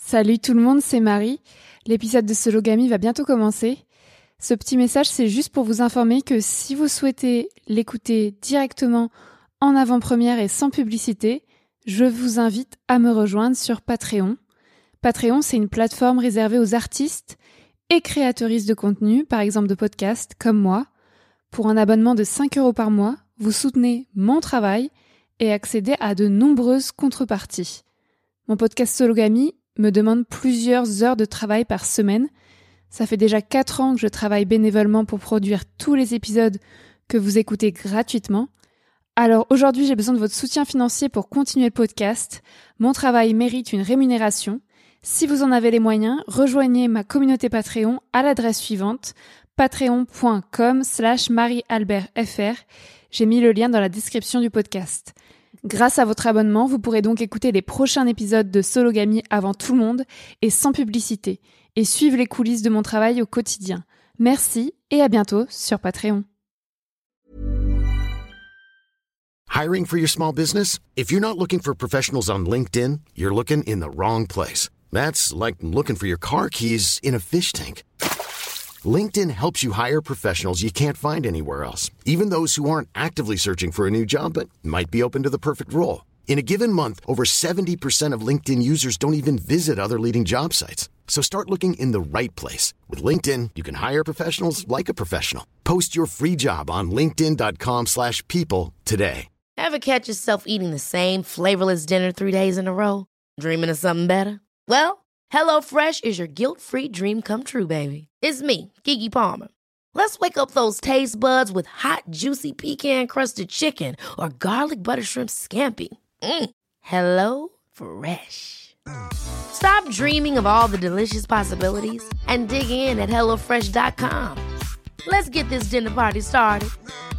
Salut tout le monde, c'est Marie. L'épisode de Sologamy va bientôt commencer. Ce petit message, c'est juste pour vous informer que si vous souhaitez l'écouter directement en avant-première et sans publicité, je vous invite à me rejoindre sur Patreon. Patreon, c'est une plateforme réservée aux artistes et créatrices de contenu, par exemple de podcasts comme moi. Pour un abonnement de 5 € par mois, vous soutenez mon travail et accédez à de nombreuses contreparties. Mon podcast Sologamy me demande plusieurs heures de travail par semaine. Ça fait déjà 4 ans que je travaille bénévolement pour produire tous les épisodes que vous écoutez gratuitement. Alors aujourd'hui, j'ai besoin de votre soutien financier pour continuer le podcast. Mon travail mérite une rémunération. Si vous en avez les moyens, rejoignez ma communauté Patreon à l'adresse suivante, patreon.com/mariealbertfr. J'ai mis le lien dans la description du podcast. Grâce à votre abonnement, vous pourrez donc écouter les prochains épisodes de Sologamy avant tout le monde et sans publicité, et suivre les coulisses de mon travail au quotidien. Merci et à bientôt sur Patreon. Hiring for your small business? If you're not looking for professionals on LinkedIn, you're looking in the wrong place. That's like looking for your car keys in a fish tank. LinkedIn helps you hire professionals you can't find anywhere else, even those who aren't actively searching for a new job but might be open to the perfect role. In a given month, over 70% of LinkedIn users don't even visit other leading job sites. So start looking in the right place. With LinkedIn, you can hire professionals like a professional. Post your free job on linkedin.com/people today. Ever catch yourself eating the same flavorless dinner 3 days in a row? Dreaming of something better? Well, HelloFresh is your guilt-free dream come true, baby. It's me, Keke Palmer. Let's wake up those taste buds with hot, juicy pecan-crusted chicken or garlic butter shrimp scampi. Hello Fresh. Stop dreaming of all the delicious possibilities and dig in at HelloFresh.com. Let's get this dinner party started.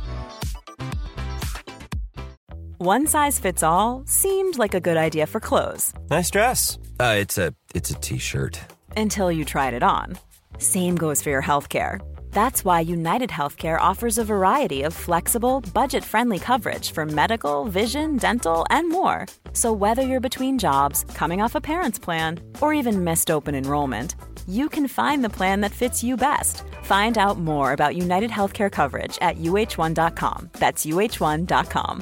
One size fits all seemed like a good idea for clothes. Nice dress. It's a t-shirt. Until you tried it on. Same goes for your healthcare. That's why United Healthcare offers a variety of flexible, budget-friendly coverage for medical, vision, dental, and more. So whether you're between jobs, coming off a parent's plan, or even missed open enrollment, you can find the plan that fits you best. Find out more about United Healthcare coverage at uh1.com. That's uh1.com.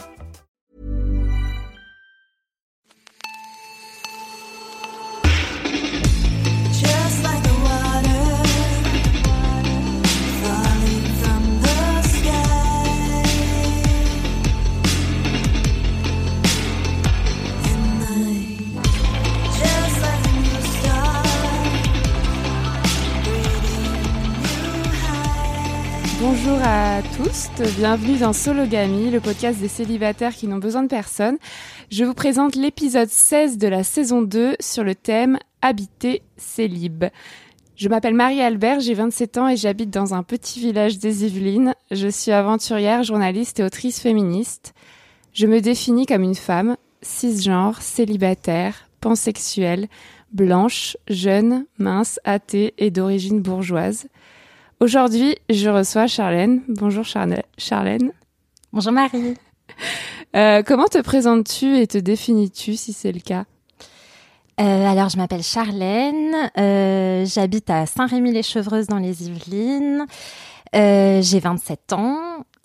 Bonjour à tous, bienvenue dans Sologamy, le podcast des célibataires qui n'ont besoin de personne. Je vous présente l'épisode 16 de la saison 2 sur le thème « Habiter célib ». Je m'appelle Marie-Albert, j'ai 27 ans et j'habite dans un petit village des Yvelines. Je suis aventurière, journaliste et autrice féministe. Je me définis comme une femme, cisgenre, célibataire, pansexuelle, blanche, jeune, mince, athée et d'origine bourgeoise. Aujourd'hui, je reçois Charlène. Bonjour Charlène. Bonjour Marie. Comment te présentes-tu et te définis-tu si c'est le cas ? Alors, je m'appelle Charlène. J'habite à Saint-Rémy-les-Chevreuses dans les Yvelines. J'ai 27 ans.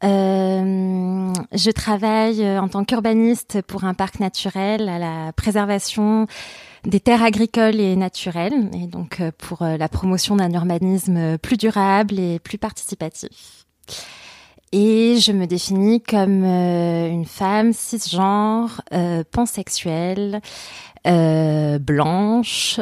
Je travaille en tant qu'urbaniste pour un parc naturel à la préservation des terres agricoles et naturelles, et donc pour la promotion d'un urbanisme plus durable et plus participatif. Et je me définis comme une femme cisgenre, pansexuelle, blanche,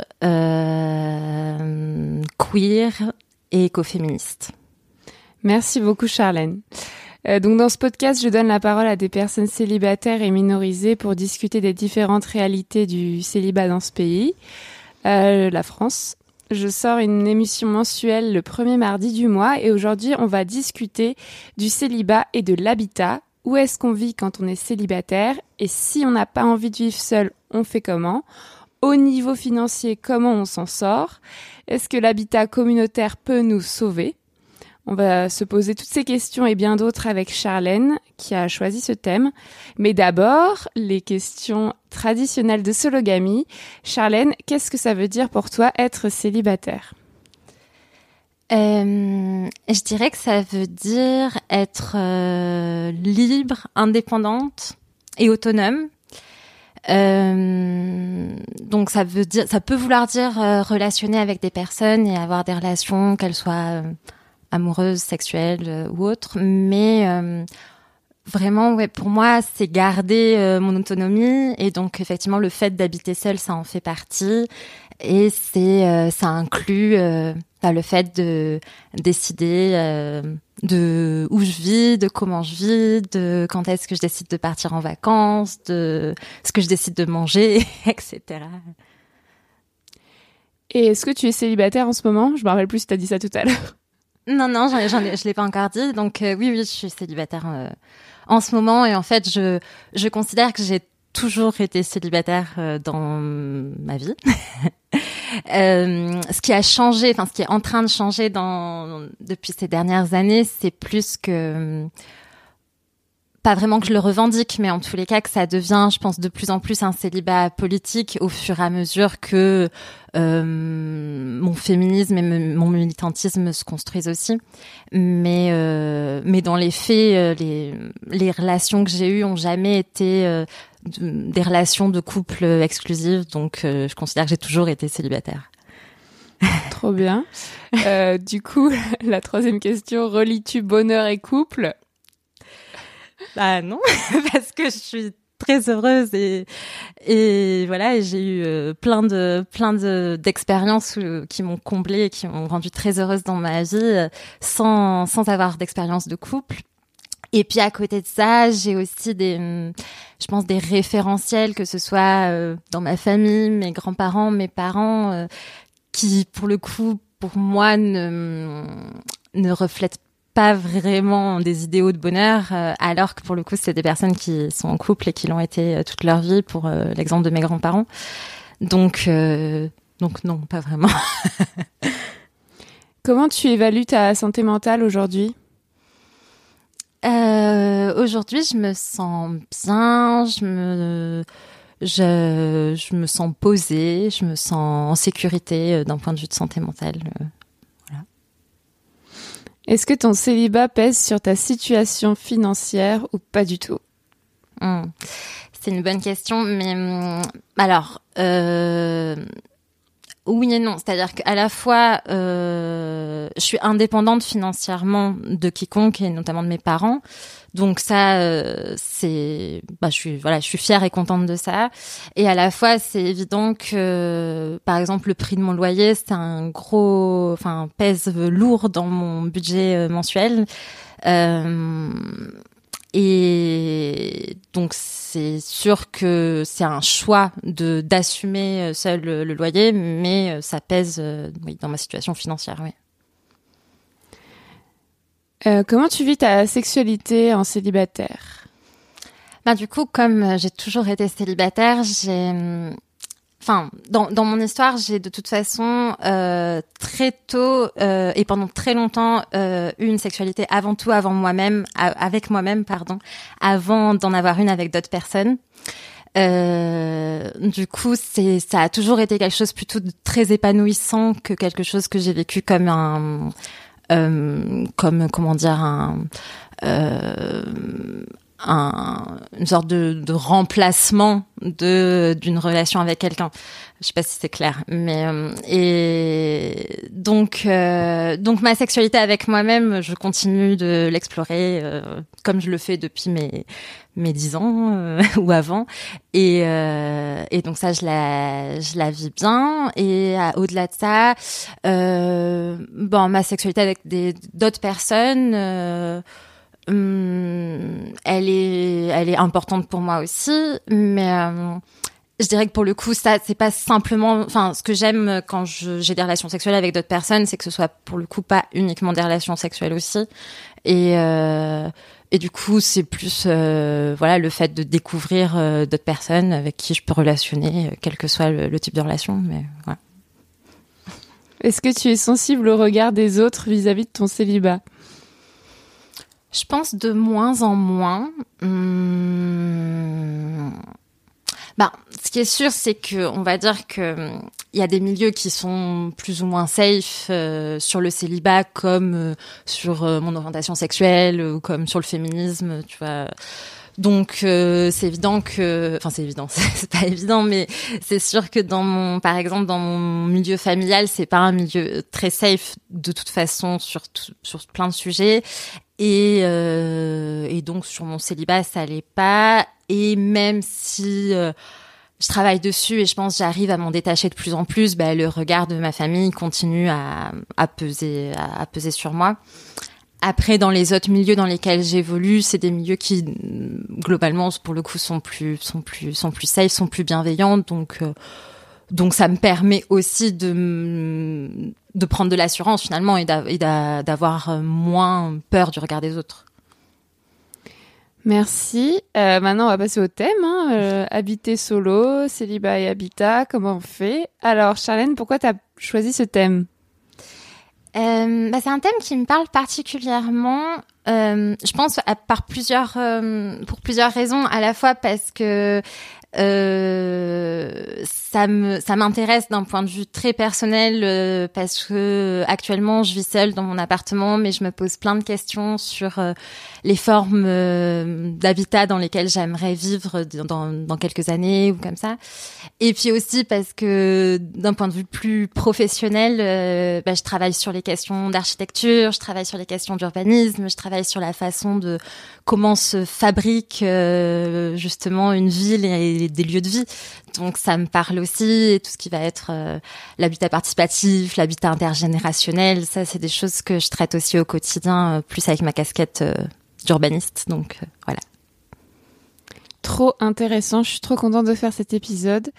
queer et écoféministe. Merci beaucoup Charlène. Donc dans ce podcast, je donne la parole à des personnes célibataires et minorisées pour discuter des différentes réalités du célibat dans ce pays, la France. Je sors une émission mensuelle le premier mardi du mois et aujourd'hui, on va discuter du célibat et de l'habitat. Où est-ce qu'on vit quand on est célibataire et si on n'a pas envie de vivre seul, on fait comment ? Au niveau financier, comment on s'en sort ? Est-ce que l'habitat communautaire peut nous sauver ? On va se poser toutes ces questions et bien d'autres avec Charlène, qui a choisi ce thème. Mais d'abord, les questions traditionnelles de Sologamie. Charlène, qu'est-ce que ça veut dire pour toi être célibataire ? Je dirais que ça veut dire être libre, indépendante et autonome. Donc ça peut vouloir dire relationner avec des personnes et avoir des relations, qu'elles soient amoureuses, sexuelles ou autres, mais vraiment, ouais, pour moi, c'est garder mon autonomie, et donc effectivement le fait d'habiter seule, ça en fait partie, et ça inclut le fait de décider de où je vis, de comment je vis, de quand est-ce que je décide de partir en vacances, de ce que je décide de manger, etc. Et est-ce que tu es célibataire en ce moment ? Je me rappelle plus si tu as dit ça tout à l'heure. Non, je l'ai pas encore dit. Donc oui, je suis célibataire en ce moment, et en fait, je considère que j'ai toujours été célibataire dans ma vie. Ce qui a changé, ce qui est en train de changer depuis ces dernières années, c'est plus que pas vraiment que je le revendique, mais en tous les cas que ça devient, je pense, de plus en plus un célibat politique au fur et à mesure que mon féminisme et mon militantisme se construisent aussi. Mais dans les faits, les relations que j'ai eues ont jamais été des relations de couple exclusives, donc je considère que j'ai toujours été célibataire. Trop bien. Du coup, la troisième question, relis-tu bonheur et couple ? Bah non, parce que je suis très heureuse et voilà, et j'ai eu plein d'expériences qui m'ont comblée et qui m'ont rendue très heureuse dans ma vie sans avoir d'expérience de couple. Et puis à côté de ça, j'ai aussi des référentiels, que ce soit dans ma famille, mes grands-parents, mes parents, qui pour le coup, pour moi, ne reflètent pas vraiment des idéaux de bonheur, alors que pour le coup, c'est des personnes qui sont en couple et qui l'ont été toute leur vie, pour l'exemple de mes grands-parents. Donc non, pas vraiment. Comment tu évalues ta santé mentale aujourd'hui ? Aujourd'hui, je me sens bien, je me sens posée, je me sens en sécurité d'un point de vue de santé mentale. Voilà. Est-ce que ton célibat pèse sur ta situation financière ou pas du tout ? C'est une bonne question, mais alors oui et non. C'est-à-dire qu'à la fois, je suis indépendante financièrement de quiconque, et notamment de mes parents. Donc ça, je suis fière et contente de ça. Et à la fois, c'est évident que, par exemple, le prix de mon loyer, c'est pèse lourd dans mon budget mensuel. Et donc c'est sûr que c'est un choix d'assumer seul le loyer, mais ça pèse dans ma situation financière, oui. Comment tu vis ta sexualité en célibataire ? Du coup, comme j'ai toujours été célibataire, dans mon histoire, j'ai de toute façon très tôt et pendant très longtemps eu une sexualité avant tout avec moi-même, avant d'en avoir une avec d'autres personnes. Du coup, ça a toujours été quelque chose plutôt de très épanouissant que quelque chose que j'ai vécu comme une sorte de remplacement d'une relation avec quelqu'un. Je sais pas si c'est clair, mais et donc ma sexualité avec moi-même, je continue de l'explorer comme je le fais depuis mes 10 ans ou avant, et donc ça je la vis bien. Et au-delà de ça, ma sexualité avec d'autres personnes, elle est importante pour moi aussi, mais je dirais que pour le coup, ça, c'est pas simplement, ce que j'aime quand j'ai des relations sexuelles avec d'autres personnes, c'est que ce soit pour le coup pas uniquement des relations sexuelles aussi. Et du coup, c'est plus, le fait de découvrir d'autres personnes avec qui je peux relationner, quel que soit le type de relation, mais voilà. Est-ce que tu es sensible au regard des autres vis-à-vis de ton célibat ? Je pense de moins en moins. Ce qui est sûr, c'est que on va dire que il y a des milieux qui sont plus ou moins safe sur le célibat, comme sur mon orientation sexuelle ou comme sur le féminisme, tu vois. Donc c'est évident que, c'est évident, c'est pas évident, mais c'est sûr que par exemple dans mon milieu familial, c'est pas un milieu très safe de toute façon sur plein de sujets. Et donc sur mon célibat, ça l'est pas. Et même si je travaille dessus et je pense que j'arrive à m'en détacher de plus en plus, le regard de ma famille continue à peser sur moi. Après, dans les autres milieux dans lesquels j'évolue, c'est des milieux qui, globalement, pour le coup, sont plus safe, sont plus bienveillants. Donc ça me permet aussi de prendre de l'assurance finalement et d'avoir moins peur du regard des autres. Merci. Maintenant, on va passer au thème. Habiter solo, célibat et habitat, comment on fait? Alors, Charlène, pourquoi tu as choisi ce thème? C'est un thème qui me parle particulièrement, je pense pour plusieurs raisons, à la fois parce que ça m'intéresse d'un point de vue très personnel, parce que actuellement je vis seule dans mon appartement, mais je me pose plein de questions sur les formes d'habitat dans lesquelles j'aimerais vivre dans quelques années ou comme ça. Et puis aussi parce que d'un point de vue plus professionnel, je travaille sur les questions d'architecture, je travaille sur les questions d'urbanisme, je travaille sur la façon de comment se fabrique justement une ville et des lieux de vie. Donc ça me parle aussi, et tout ce qui va être l'habitat participatif, l'habitat intergénérationnel, ça c'est des choses que je traite aussi au quotidien, plus avec ma casquette d'urbaniste. Donc voilà. Trop intéressant, je suis trop contente de faire cet épisode.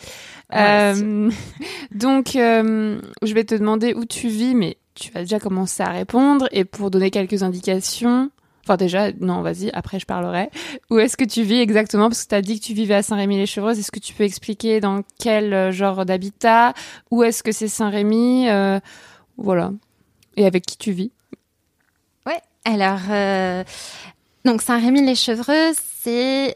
Donc, je vais te demander où tu vis, mais tu vas déjà commencer à répondre. Et pour donner quelques indications, non, vas-y, après je parlerai. Où est-ce que tu vis exactement? Parce que tu as dit que tu vivais à Saint-Rémy-les-Chevreuses. Est-ce que tu peux expliquer dans quel genre d'habitat? Où est-ce que c'est Saint-Rémy? Voilà. Et avec qui tu vis? Ouais, alors... Donc Saint-Rémy-les-Chevreuses, c'est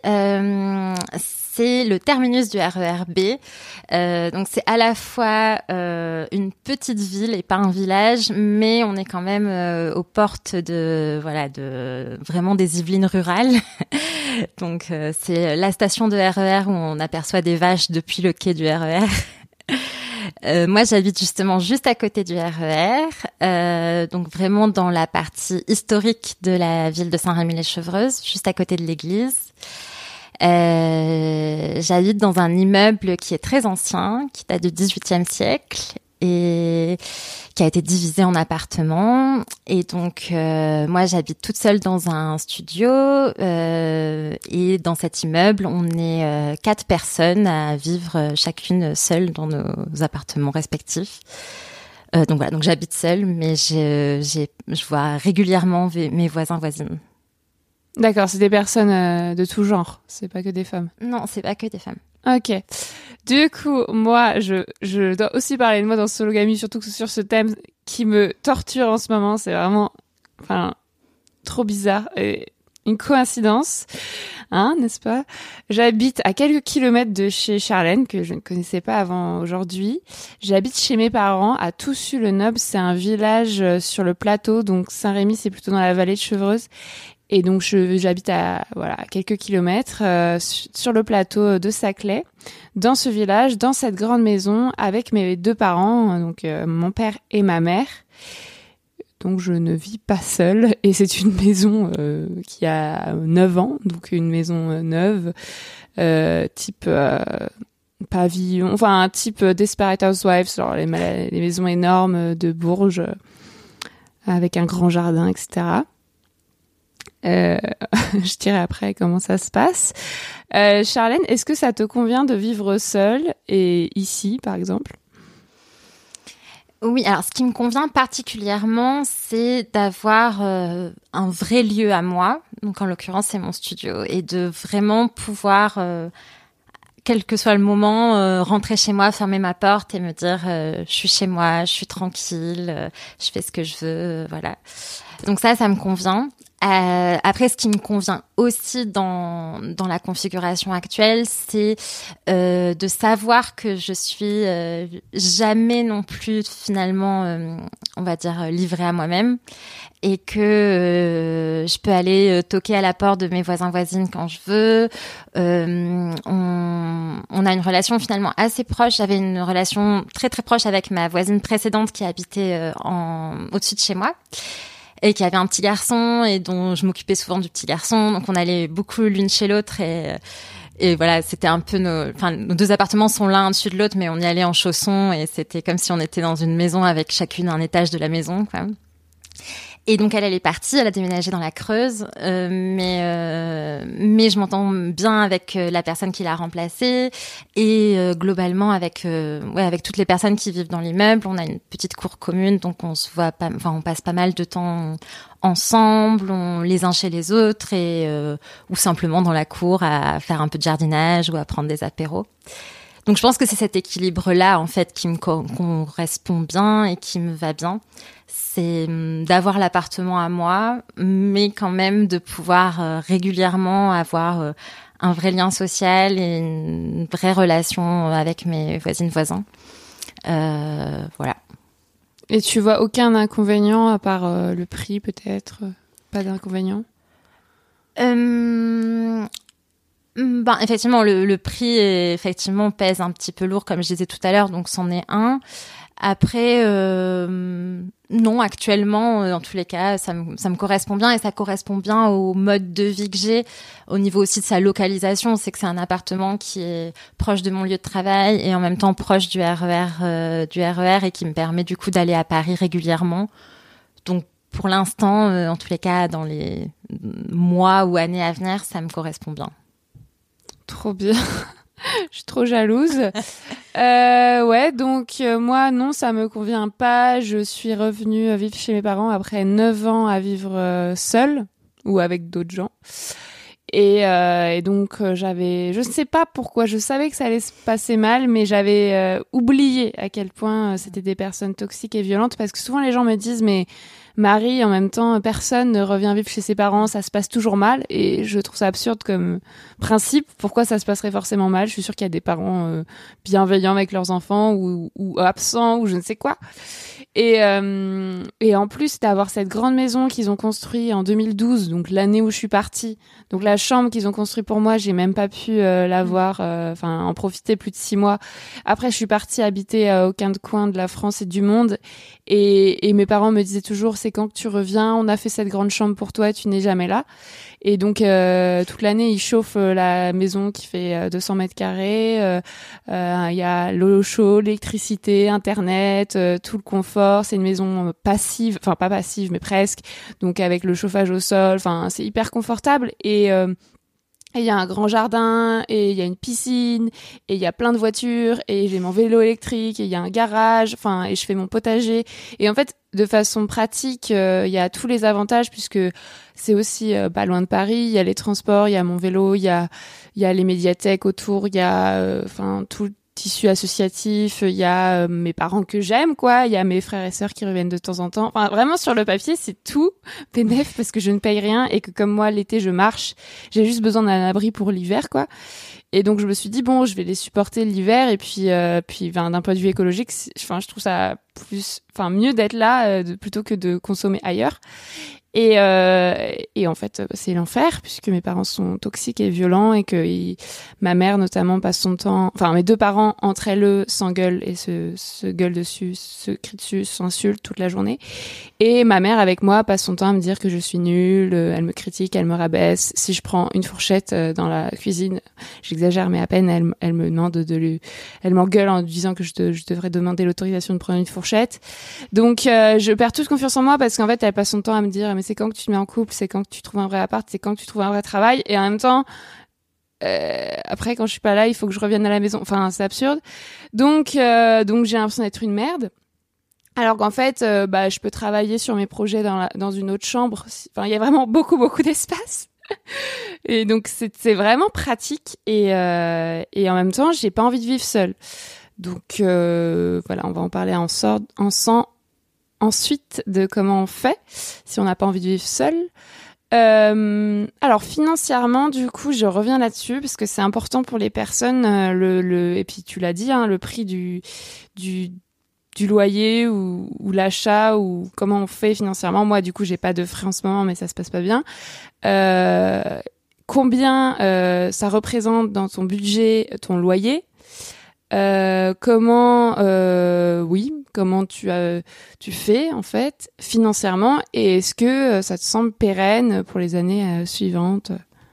le terminus du RER B. Donc c'est à la fois une petite ville et pas un village, mais on est quand même aux portes de vraiment des Yvelines rurales. Donc c'est la station de RER où on aperçoit des vaches depuis le quai du RER. Moi, j'habite justement juste à côté du RER, donc vraiment dans la partie historique de la ville de Saint-Rémy-les-Chevreuses, juste à côté de l'église. J'habite dans un immeuble qui est très ancien, qui date du XVIIIe siècle et qui a été divisé en appartements. Et donc, moi, j'habite toute seule dans un studio et dans cet immeuble, on est 4 personnes à vivre chacune seule dans nos appartements respectifs. Donc voilà, donc j'habite seule, mais je vois régulièrement mes voisins-voisines. D'accord, c'est des personnes de tout genre, c'est pas que des femmes. Non, c'est pas que des femmes. Ok. Du coup, moi, je dois aussi parler de moi dans Sologamie, surtout que sur ce thème qui me torture en ce moment. C'est vraiment, trop bizarre et une coïncidence, n'est-ce pas? J'habite à quelques kilomètres de chez Charlène, que je ne connaissais pas avant aujourd'hui. J'habite chez mes parents à Toussus-le-Noble. C'est un village sur le plateau, donc Saint-Rémy, c'est plutôt dans la vallée de Chevreuse. Et donc j'habite à quelques kilomètres sur le plateau de Saclay, dans ce village, dans cette grande maison avec mes 2 parents, donc mon père et ma mère. Donc je ne vis pas seule et c'est une maison qui a 9 ans, donc une maison neuve, type pavillon, un type Desperate Housewives, genre les maisons énormes de Bourges avec un grand jardin, etc. Je dirai après comment ça se passe. Charlène, est-ce que ça te convient de vivre seule et ici, par exemple? Oui, alors ce qui me convient particulièrement, c'est d'avoir un vrai lieu à moi. Donc en l'occurrence, c'est mon studio, et de vraiment pouvoir, quel que soit le moment, rentrer chez moi, fermer ma porte et me dire je suis chez moi, je suis tranquille, je fais ce que je veux, voilà. Donc ça me convient. Après, ce qui me convient aussi dans la configuration actuelle, c'est de savoir que je suis jamais non plus finalement, on va dire, livrée à moi-même, et que je peux aller toquer à la porte de mes voisins voisines quand je veux. On a une relation finalement assez proche. J'avais une relation très très proche avec ma voisine précédente qui habitait au-dessus de chez moi, et qui avait un petit garçon et dont je m'occupais souvent du petit garçon. Donc on allait beaucoup l'une chez l'autre, et voilà, c'était un peu nos deux appartements sont l'un au-dessus de l'autre, mais on y allait en chaussons, et c'était comme si on était dans une maison avec chacune un étage de la maison, quoi. Et donc elle est partie, elle a déménagé dans la Creuse, mais je m'entends bien avec la personne qui l'a remplacée, et globalement avec toutes les personnes qui vivent dans l'immeuble. On a une petite cour commune, donc on se voit pas, on passe pas mal de temps ensemble, les uns chez les autres, et ou simplement dans la cour à faire un peu de jardinage ou à prendre des apéros. Donc je pense que c'est cet équilibre-là en fait qui me correspond bien et qui me va bien. C'est d'avoir l'appartement à moi, mais quand même de pouvoir régulièrement avoir un vrai lien social et une vraie relation avec mes voisines-voisins. Voilà. Et tu vois aucun inconvénient à part le prix peut-être? Pas d'inconvénient? Effectivement, le prix effectivement pèse un petit peu lourd, comme je disais tout à l'heure, donc c'en est un. Après, non, actuellement, dans tous les cas, ça me correspond bien, et ça correspond bien au mode de vie que j'ai, au niveau aussi de sa localisation. C'est que c'est un appartement qui est proche de mon lieu de travail et en même temps proche du RER, et qui me permet du coup d'aller à Paris régulièrement. Donc, pour l'instant, en tous les cas, dans les mois ou années à venir, ça me correspond bien. Trop bien. Je suis trop jalouse. Ouais, donc moi, non, ça me convient pas. Je suis revenue vivre chez mes parents après 9 ans à vivre seule ou avec d'autres gens. Et donc, je sais pas pourquoi, je savais que ça allait se passer mal, mais j'avais oublié à quel point c'était des personnes toxiques et violentes, parce que souvent les gens me disent, mais Marie, en même temps, personne ne revient vivre chez ses parents, ça se passe toujours mal, et je trouve ça absurde comme principe. Pourquoi ça se passerait forcément mal? Je suis sûre qu'il y a des parents bienveillants avec leurs enfants, ou absents, ou je ne sais quoi. Et en plus d'avoir cette grande maison qu'ils ont construite en 2012, donc l'année où je suis partie, donc la chambre qu'ils ont construite pour moi, j'ai même pas pu l'avoir, en profiter plus de 6 mois. Après, je suis partie habiter à aucun coin de la France et du monde, et mes parents me disaient toujours, c'est quand que tu reviens, on a fait cette grande chambre pour toi et tu n'es jamais là. Et donc toute l'année, ils chauffent la maison qui fait 200 mètres carrés. Il y a l'eau chaude, l'électricité, Internet, tout le confort. C'est une maison passive, enfin pas passive, mais presque. Donc avec le chauffage au sol, enfin c'est hyper confortable. Et il y a un grand jardin, et il y a une piscine, et il y a plein de voitures, et j'ai mon vélo électrique, et il y a un garage, et je fais mon potager. Et en fait, de façon pratique, il y a tous les avantages, puisque c'est aussi pas loin de Paris. Il y a les transports, il y a mon vélo, il y a les médiathèques autour, il y a tout le tissu associatif, il y a mes parents que j'aime, quoi. Il y a mes frères et sœurs qui reviennent de temps en temps. Enfin, vraiment, sur le papier, c'est tout bénef, parce que je ne paye rien, et que comme moi, l'été, je marche. J'ai juste besoin d'un abri pour l'hiver, quoi. Et donc, je me suis dit, bon, je vais les supporter l'hiver, et puis d'un point de vue écologique, je trouve ça mieux d'être là, plutôt que de consommer ailleurs. Et en fait, c'est l'enfer, puisque mes parents sont toxiques et violents, et que ma mère notamment passe son temps, mes deux parents entre elles s'engueulent et se gueulent dessus, se crient dessus, s'insultent toute la journée. Et ma mère avec moi passe son temps à me dire que je suis nulle, elle me critique, elle me rabaisse. Si je prends une fourchette dans la cuisine, j'exagère mais à peine, elle me demande elle m'engueule en disant que je devrais demander l'autorisation de prendre une fourchette. Donc je perds toute confiance en moi, parce qu'en fait elle passe son temps à me dire, mais c'est quand que tu te mets en couple, c'est quand que tu trouves un vrai appart, c'est quand que tu trouves un vrai travail, et en même temps après quand je suis pas là, il faut que je revienne à la maison. Enfin, c'est absurde. Donc j'ai l'impression d'être une merde. Alors qu'en fait, je peux travailler sur mes projets dans une autre chambre. Enfin, il y a vraiment beaucoup d'espace. Et donc c'est vraiment pratique, et en même temps, j'ai pas envie de vivre seule. Donc voilà, on va en parler ensemble ensuite de comment on fait si on n'a pas envie de vivre seul. Alors financièrement, du coup, je reviens là-dessus parce que c'est important pour les personnes. Et puis tu l'as dit, hein, le prix du loyer ou l'achat ou comment on fait financièrement. Moi, du coup, j'ai pas de frais en ce moment, mais ça se passe pas bien. Combien ça représente dans ton budget ton loyer? Comment tu fais en fait financièrement, et est-ce que ça te semble pérenne pour les années suivantes?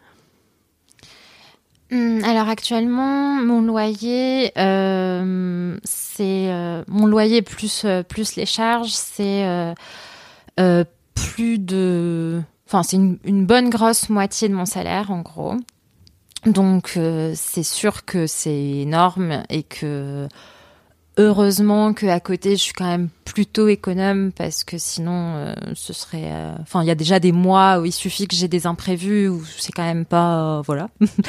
Alors actuellement, mon loyer, c'est mon loyer plus les charges, c'est plus de, enfin c'est une bonne grosse moitié de mon salaire en gros. Donc c'est sûr que c'est énorme et que heureusement qu'à côté je suis quand même plutôt économe, parce que sinon ce serait il y a déjà des mois où il suffit que j'ai des imprévus où c'est quand même pas voilà.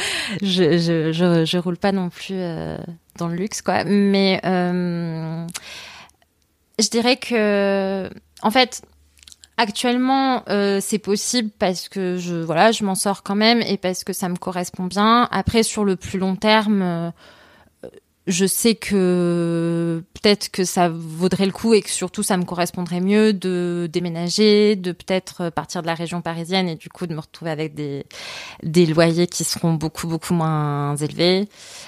je roule pas non plus dans le luxe quoi, mais je dirais que en fait actuellement, c'est possible parce que je m'en sors quand même et parce que ça me correspond bien. Après, sur le plus long terme, je sais que peut-être que ça vaudrait le coup et que surtout ça me correspondrait mieux de déménager, de peut-être partir de la région parisienne et du coup de me retrouver avec des loyers qui seront beaucoup, beaucoup moins élevés.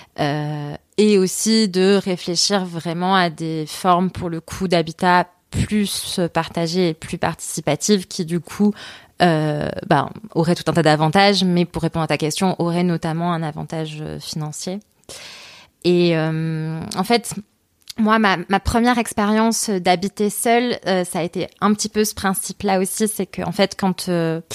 Et aussi de réfléchir vraiment à des formes pour le coup d'habitat plus partagée et plus participative qui du coup aurait tout un tas d'avantages, mais pour répondre à ta question, aurait notamment un avantage financier. Et en fait, moi, ma première expérience d'habiter seule, ça a été un petit peu ce principe-là aussi, c'est que en fait, quand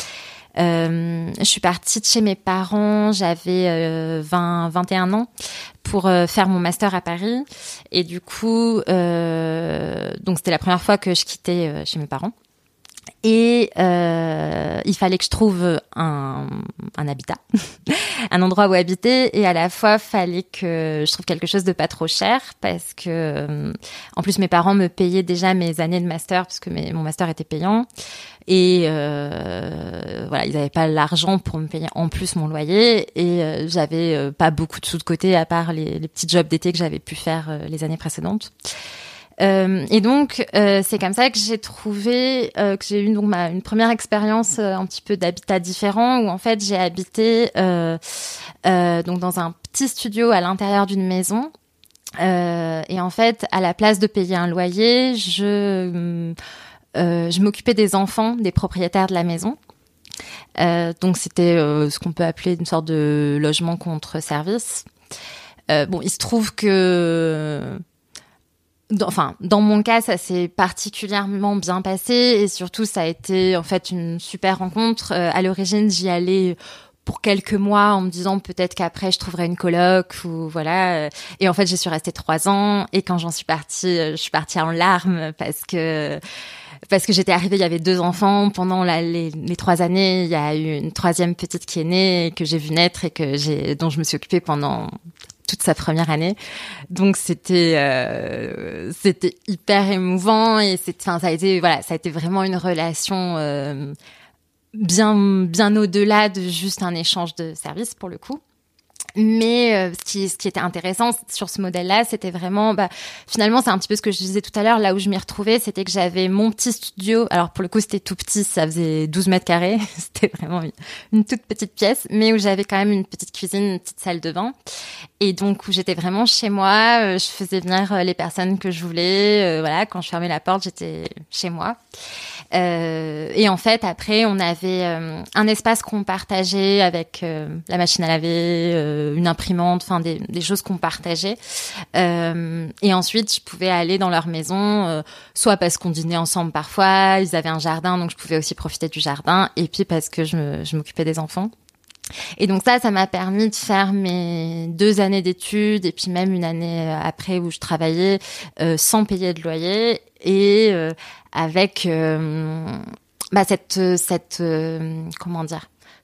je suis partie de chez mes parents, j'avais 21 ans pour faire mon master à Paris. Et du coup, donc c'était la première fois que je quittais chez mes parents. Et il fallait que je trouve un habitat, un endroit où habiter, et à la fois fallait que je trouve quelque chose de pas trop cher, parce que en plus mes parents me payaient déjà mes années de master, parce que mon master était payant, et voilà, ils n'avaient pas l'argent pour me payer en plus mon loyer, et j'avais pas beaucoup de sous de côté à part les petits jobs d'été que j'avais pu faire les années précédentes. Et donc c'est comme ça que j'ai trouvé que j'ai eu donc une première expérience un petit peu d'habitat différent, où en fait j'ai habité donc dans un petit studio à l'intérieur d'une maison, et en fait à la place de payer un loyer, je m'occupais des enfants des propriétaires de la maison. Donc c'était ce qu'on peut appeler une sorte de logement contre service. Il se trouve que dans mon cas, ça s'est particulièrement bien passé, et surtout, ça a été en fait une super rencontre. À l'origine, j'y allais pour quelques mois en me disant peut-être qu'après je trouverais une coloc ou voilà. Et en fait, j'y suis restée 3 ans, et quand j'en suis partie, je suis partie en larmes parce que j'étais arrivée, il y avait 2 enfants. Pendant les 3 années, il y a eu une 3e petite qui est née et que j'ai vue naître et dont je me suis occupée pendant toute sa première année. Donc c'était hyper émouvant, et ça a été vraiment une relation bien au-delà de juste un échange de services pour le coup. Mais ce qui était intéressant sur ce modèle-là, c'était vraiment, finalement, c'est un petit peu ce que je disais tout à l'heure, là où je m'y retrouvais, c'était que j'avais mon petit studio. Alors pour le coup, c'était tout petit, ça faisait 12 mètres carrés, c'était vraiment une toute petite pièce, mais où j'avais quand même une petite cuisine, une petite salle de bain, et donc où j'étais vraiment chez moi. Je faisais venir les personnes que je voulais, voilà, quand je fermais la porte, j'étais chez moi. Et en fait, après, on avait un espace qu'on partageait avec la machine à laver, une imprimante, enfin des choses qu'on partageait. Et ensuite, je pouvais aller dans leur maison, soit parce qu'on dînait ensemble parfois, ils avaient un jardin, donc je pouvais aussi profiter du jardin, et puis parce que je m'occupais des enfants. Et donc ça m'a permis de faire mes 2 années d'études, et puis même une année après où je travaillais sans payer de loyer, et avec cette comment dire,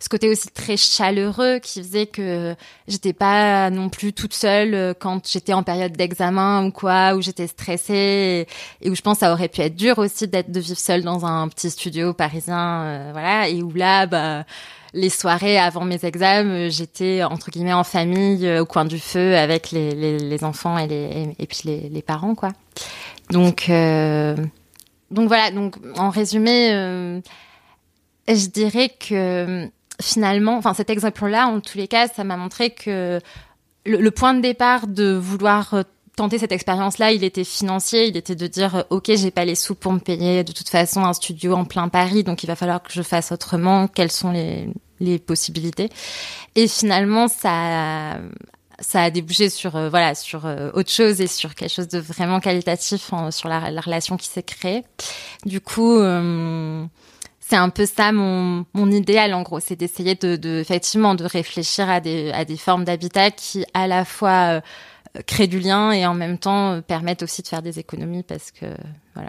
ce côté aussi très chaleureux qui faisait que j'étais pas non plus toute seule quand j'étais en période d'examen ou quoi, où j'étais stressée et où je pense que ça aurait pu être dur aussi de vivre seule dans un petit studio parisien, voilà, et où là, les soirées avant mes examens, j'étais entre guillemets en famille au coin du feu avec les enfants et puis les parents, quoi. Donc voilà. Donc en résumé, je dirais que finalement, enfin cet exemple-là, en tous les cas, ça m'a montré que le point de départ de vouloir tenter cette expérience-là, il était financier, il était de dire ok, j'ai pas les sous pour me payer de toute façon un studio en plein Paris, donc il va falloir que je fasse autrement. Quelles sont les possibilités? Et finalement, ça a débouché sur autre chose et sur quelque chose de vraiment qualitatif sur la relation qui s'est créée. Du coup, c'est un peu ça mon idéal en gros, c'est d'essayer effectivement de réfléchir à des formes d'habitat qui à la fois créent du lien et en même temps permettent aussi de faire des économies parce que voilà.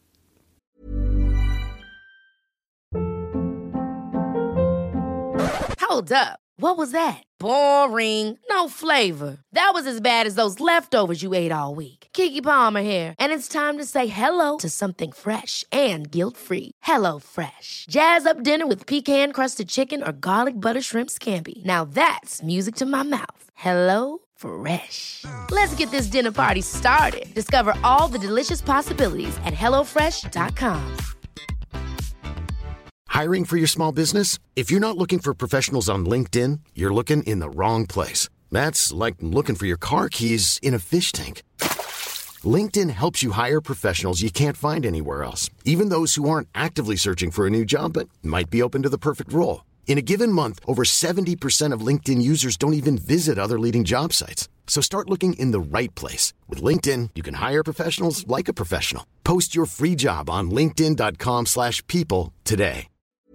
Hold up. What was that? Boring. No flavor. That was as bad as those leftovers you ate all week. Keke Palmer here, and it's time to say hello to something fresh and guilt-free. Hello Fresh. Jazz up dinner with pecan-crusted chicken or garlic butter shrimp scampi. Now that's music to my mouth. Hello Fresh. Let's get this dinner party started. Discover all the delicious possibilities at hellofresh.com. Hiring for your small business? If you're not looking for professionals on LinkedIn, you're looking in the wrong place. That's like looking for your car keys in a fish tank. LinkedIn helps you hire professionals you can't find anywhere else, even those who aren't actively searching for a new job but might be open to the perfect role. In a given month, over 70% of LinkedIn users don't even visit other leading job sites. So start looking in the right place. With LinkedIn, you can hire professionals like a professional. Post your free job on linkedin.com/people today.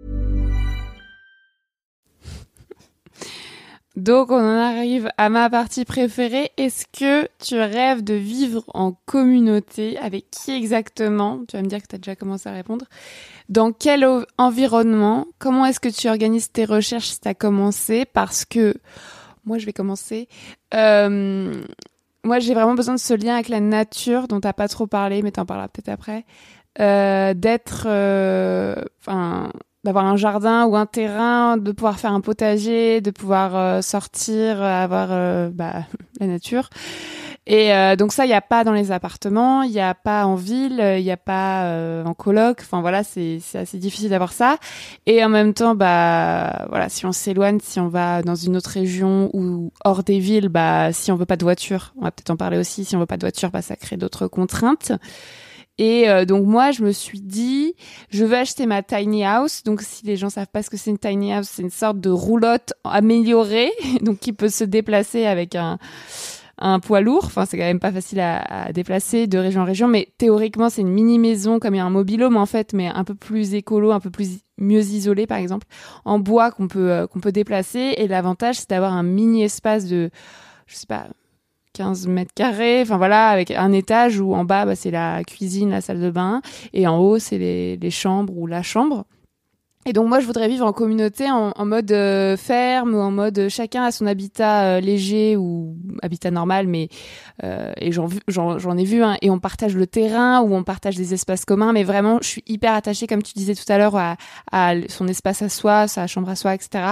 Donc, on en arrive à ma partie préférée. Est-ce que tu rêves de vivre en communauté? Avec qui exactement? Tu vas me dire que tu as déjà commencé à répondre. Dans quel environnement? Comment est-ce que tu organises tes recherches si tu as commencé? Parce que, moi, je vais commencer. Moi, j'ai vraiment besoin de ce lien avec la nature dont tu n'as pas trop parlé, mais tu en parleras peut-être après. D'avoir un jardin ou un terrain, de pouvoir faire un potager, de pouvoir sortir, avoir la nature. Et donc ça, il n'y a pas dans les appartements, il n'y a pas en ville, il n'y a pas en coloc. Enfin voilà, c'est assez difficile d'avoir ça. Et en même temps, voilà, si on s'éloigne, si on va dans une autre région ou hors des villes, si on veut pas de voiture, on va peut-être en parler aussi. Si on veut pas de voiture, ça crée d'autres contraintes. Et donc moi, je me suis dit, je veux acheter ma tiny house. Donc si les gens savent pas ce que c'est une tiny house, c'est une sorte de roulotte améliorée, donc qui peut se déplacer avec un poids lourd. Enfin, c'est quand même pas facile à déplacer de région en région, mais théoriquement, c'est une mini maison comme il y a un mobil-home en fait, mais un peu plus écolo, un peu mieux isolé par exemple, en bois qu'on peut déplacer. Et l'avantage, c'est d'avoir un mini espace de, je sais pas, 15 mètres carrés, enfin voilà, avec un étage où en bas, c'est la cuisine, la salle de bain, et en haut, c'est les chambres ou la chambre. Et donc moi, je voudrais vivre en communauté, en mode ferme, ou en mode chacun a son habitat léger ou habitat normal, mais et j'en ai vu, hein, et on partage le terrain ou on partage des espaces communs, mais vraiment, je suis hyper attachée, comme tu disais tout à l'heure, à son espace à soi, sa chambre à soi, etc.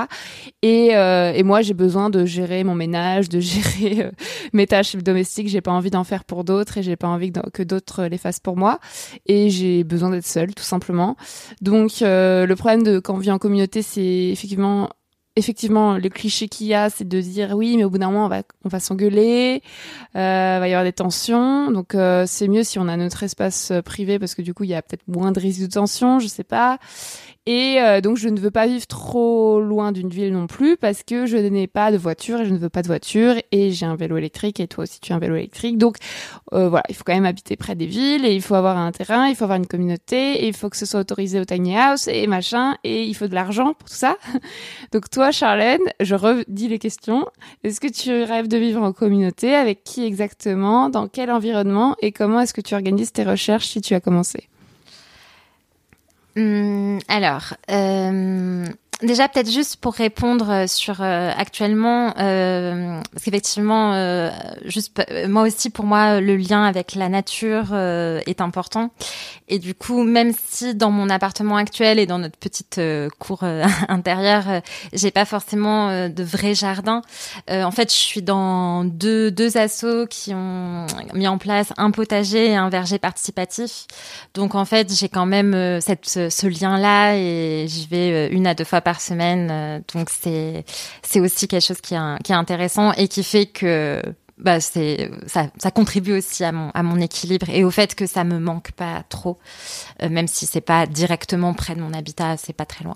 Et moi, j'ai besoin de gérer mon ménage, de gérer mes tâches domestiques. J'ai pas envie d'en faire pour d'autres et j'ai pas envie que d'autres les fassent pour moi. Et j'ai besoin d'être seule, tout simplement. Donc le problème quand on vit en communauté, c'est effectivement le cliché qu'il y a, c'est de dire oui, mais au bout d'un moment on va s'engueuler, va y avoir des tensions, donc c'est mieux si on a notre espace privé parce que du coup il y a peut-être moins de risques de tension, je sais pas. Et donc je ne veux pas vivre trop loin d'une ville non plus parce que je n'ai pas de voiture et je ne veux pas de voiture et j'ai un vélo électrique et toi aussi tu as un vélo électrique. Donc voilà, il faut quand même habiter près des villes et il faut avoir un terrain, il faut avoir une communauté et il faut que ce soit autorisé au tiny house et machin et il faut de l'argent pour tout ça. Donc toi Charlène, je redis les questions. Est-ce que tu rêves de vivre en communauté? Avec qui exactement? Dans quel environnement? Et comment est-ce que tu organises tes recherches si tu as commencé? Déjà, peut-être juste pour répondre sur actuellement, parce qu'effectivement, moi aussi, pour moi, le lien avec la nature est important. Et du coup, même si dans mon appartement actuel et dans notre petite cour intérieure, j'ai pas forcément de vrai jardin. En fait, je suis dans deux assos qui ont mis en place un potager et un verger participatif. Donc, en fait, j'ai quand même ce lien-là et j'y vais 1 à 2 fois par semaine. Donc, c'est aussi quelque chose qui est intéressant et qui fait que ça contribue aussi à mon équilibre et au fait que ça me manque pas trop, même si c'est pas directement près de mon habitat, c'est pas très loin.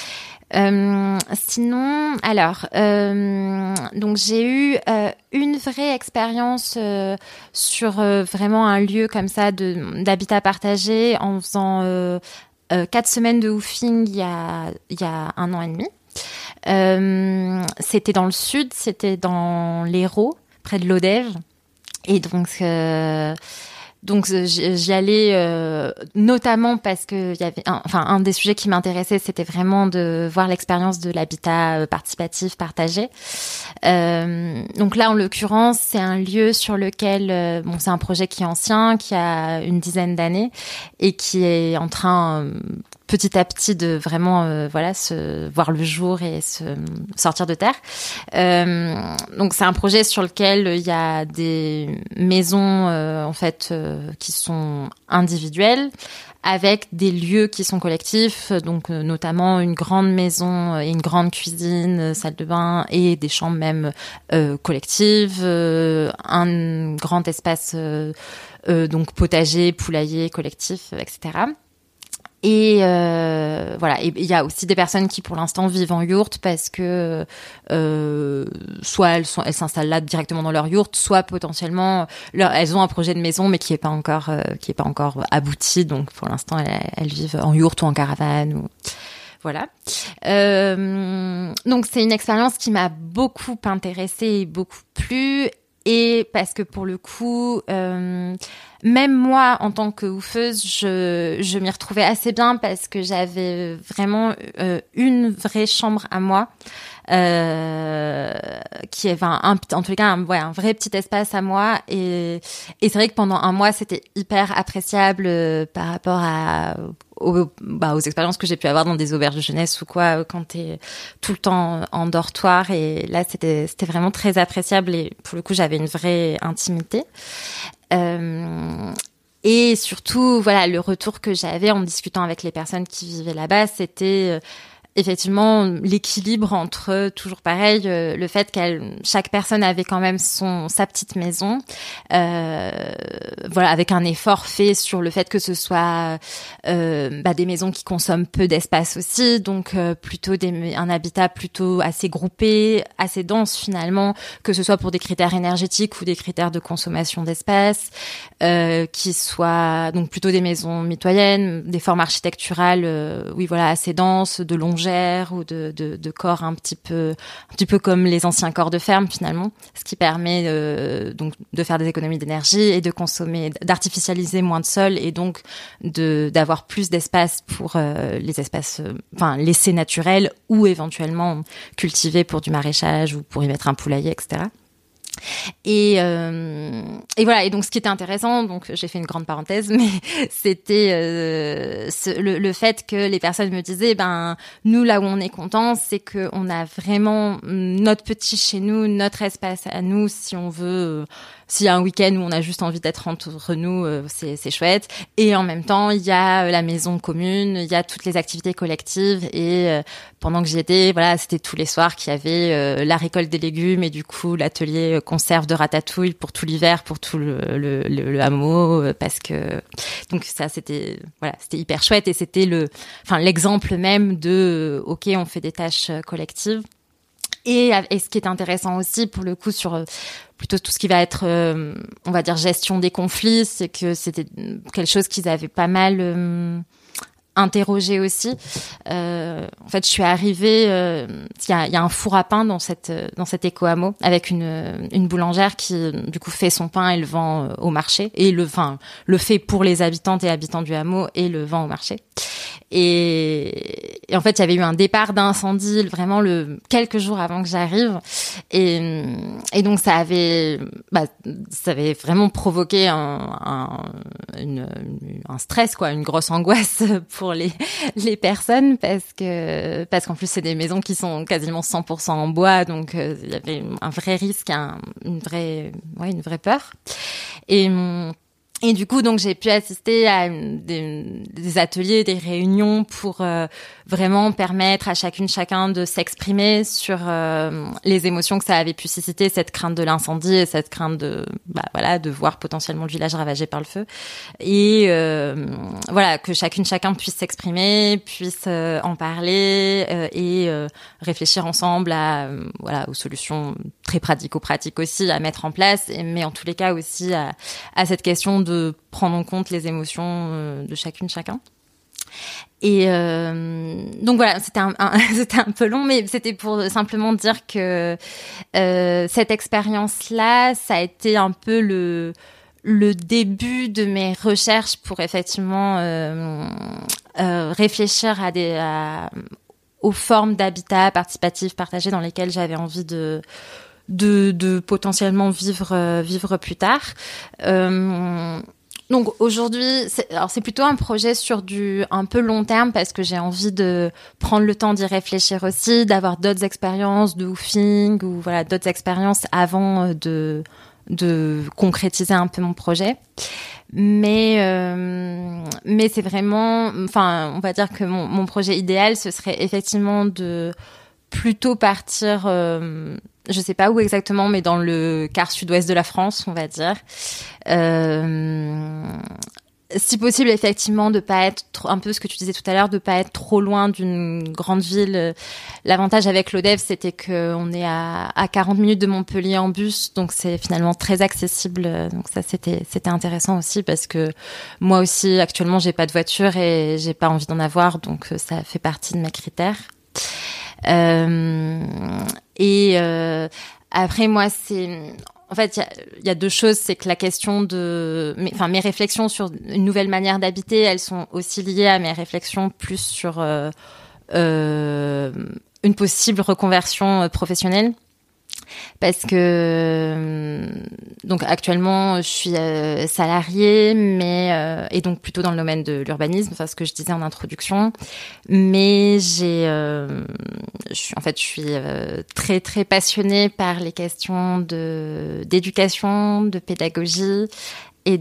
Sinon, alors, donc j'ai eu une vraie expérience sur vraiment un lieu comme ça d'habitat partagé en faisant 4 semaines de woofing il y a 1 an et demi. C'était dans le sud, c'était dans l'Hérault, près de Lodève. Et donc j'y allais notamment parce que il y avait un des sujets qui m'intéressait, c'était vraiment de voir l'expérience de l'habitat participatif partagé. Donc là, en l'occurrence, c'est un lieu sur lequel c'est un projet qui est ancien, qui a une dizaine d'années et qui est en train petit à petit de vraiment se voir le jour et se sortir de terre. Donc c'est un projet sur lequel il y a des maisons en fait qui sont individuelles avec des lieux qui sont collectifs, donc notamment une grande maison et une grande cuisine, salle de bain et des chambres même collectives, un grand espace donc potager, poulailler collectif, etc. Et voilà, et il y a aussi des personnes qui pour l'instant vivent en yourte parce que soit elles s'installent là directement dans leur yourte, soit potentiellement elles ont un projet de maison mais qui est pas encore abouti, donc pour l'instant elles vivent en yourte ou en caravane ou voilà. Donc c'est une expérience qui m'a beaucoup intéressée et beaucoup plu, et parce que pour le coup même moi, en tant que woofeuse, je m'y retrouvais assez bien parce que j'avais vraiment une vraie chambre à moi, qui est en tous les cas un vrai petit espace à moi. Et c'est vrai que pendant 1 mois, c'était hyper appréciable par rapport aux expériences que j'ai pu avoir dans des auberges de jeunesse ou quoi, quand t'es tout le temps en dortoir. Et là, c'était vraiment très appréciable et pour le coup, j'avais une vraie intimité. Et surtout, voilà, le retour que j'avais en discutant avec les personnes qui vivaient là-bas, c'était effectivement l'équilibre entre, toujours pareil, le fait chaque personne avait quand même sa petite maison, voilà, avec un effort fait sur le fait que ce soit des maisons qui consomment peu d'espace aussi, donc plutôt un habitat plutôt assez groupé, assez dense finalement, que ce soit pour des critères énergétiques ou des critères de consommation d'espace, qui soient donc plutôt des maisons mitoyennes, des formes architecturales, oui voilà, assez denses, de longères ou de corps un petit peu comme les anciens corps de ferme finalement, ce qui permet donc de faire des économies d'énergie et de consommer, d'artificialiser moins de sol et donc d'avoir plus d'espace pour les espaces laissés naturels ou éventuellement cultivés pour du maraîchage ou pour y mettre un poulailler, etc. Et voilà, et donc ce qui était intéressant, donc j'ai fait une grande parenthèse, mais c'était le fait que les personnes me disaient, nous là où on est content, c'est que on a vraiment notre petit chez nous, notre espace à nous, si on veut. S'il y a un week-end où on a juste envie d'être entre nous, c'est chouette. Et en même temps, il y a la maison commune, il y a toutes les activités collectives. Et pendant que j'y étais, voilà, c'était tous les soirs qu'il y avait la récolte des légumes et du coup l'atelier conserve de ratatouille pour tout l'hiver, pour tout le hameau, parce que donc ça c'était hyper chouette et c'était l'exemple même de ok, on fait des tâches collectives. Et ce qui est intéressant aussi, pour le coup, sur plutôt tout ce qui va être, on va dire, gestion des conflits, c'est que c'était quelque chose qu'ils avaient pas mal interrogé aussi. En fait, je suis arrivée, il y a un four à pain dans cet éco-hameau avec une boulangère qui, du coup, fait son pain et le vend au marché. Et le fait pour les habitantes et habitants du hameau et le vend au marché. Et en fait, il y avait eu un départ d'incendie vraiment quelques jours avant que j'arrive. Et donc, ça avait vraiment provoqué un stress, quoi, une grosse angoisse pour les personnes parce qu'en plus, c'est des maisons qui sont quasiment 100% en bois. Donc, il y avait un vrai risque, une vraie peur. Et du coup, donc, j'ai pu assister à des ateliers, des réunions pour vraiment permettre à chacun de s'exprimer sur les émotions que ça avait pu susciter, cette crainte de l'incendie et cette crainte de voir potentiellement le village ravagé par le feu. Et que chacun puisse s'exprimer, puisse en parler et réfléchir ensemble aux solutions très pratico-pratiques aussi à mettre en place, mais en tous les cas aussi à cette question de prendre en compte les émotions de chacun. Et donc voilà, c'était un peu long, mais c'était pour simplement dire que cette expérience-là, ça a été un peu le début de mes recherches pour effectivement réfléchir aux formes d'habitat participatif partagé dans lesquelles j'avais envie de potentiellement vivre plus tard. Donc aujourd'hui, c'est plutôt un projet sur un peu long terme parce que j'ai envie de prendre le temps d'y réfléchir aussi, d'avoir d'autres expériences de woofing ou d'autres expériences avant de concrétiser un peu mon projet. Mais c'est vraiment, on va dire que mon projet idéal, ce serait effectivement de plutôt partir, je sais pas où exactement, mais dans le quart sud-ouest de la France, on va dire. Si possible, effectivement, de pas être un peu ce que tu disais tout à l'heure, de pas être trop loin d'une grande ville. L'avantage avec l'ODEV, c'était qu'on est à 40 minutes de Montpellier en bus, donc c'est finalement très accessible. Donc ça, c'était intéressant aussi parce que moi aussi, actuellement, j'ai pas de voiture et j'ai pas envie d'en avoir, donc ça fait partie de mes critères. Après, moi, en fait, il y a deux choses. C'est que la question mes réflexions sur une nouvelle manière d'habiter, elles sont aussi liées à mes réflexions plus sur une possible reconversion professionnelle. Parce que donc actuellement je suis salariée, et donc plutôt dans le domaine de l'urbanisme, ce que je disais en introduction. Mais je suis très très passionnée par les questions d'éducation, de pédagogie. Et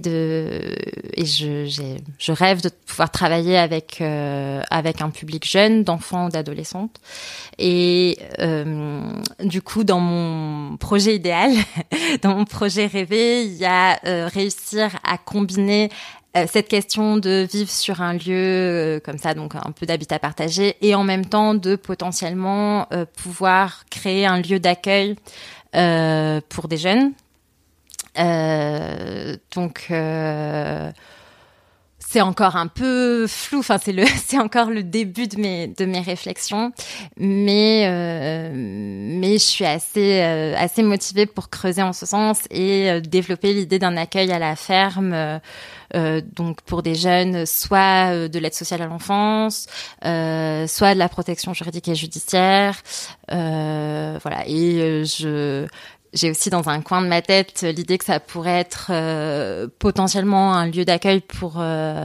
je rêve de pouvoir travailler avec un public jeune, d'enfants ou d'adolescentes. Et du coup, dans mon projet idéal, dans mon projet rêvé, il y a réussir à combiner cette question de vivre sur un lieu comme ça, donc un peu d'habitat partagé, et en même temps de potentiellement pouvoir créer un lieu d'accueil pour des jeunes. C'est encore un peu flou, c'est encore le début de mes réflexions, mais je suis assez motivée pour creuser en ce sens et développer l'idée d'un accueil à la ferme, donc pour des jeunes, soit de l'aide sociale à l'enfance, soit de la protection juridique et judiciaire, j'ai aussi dans un coin de ma tête l'idée que ça pourrait être potentiellement un lieu d'accueil pour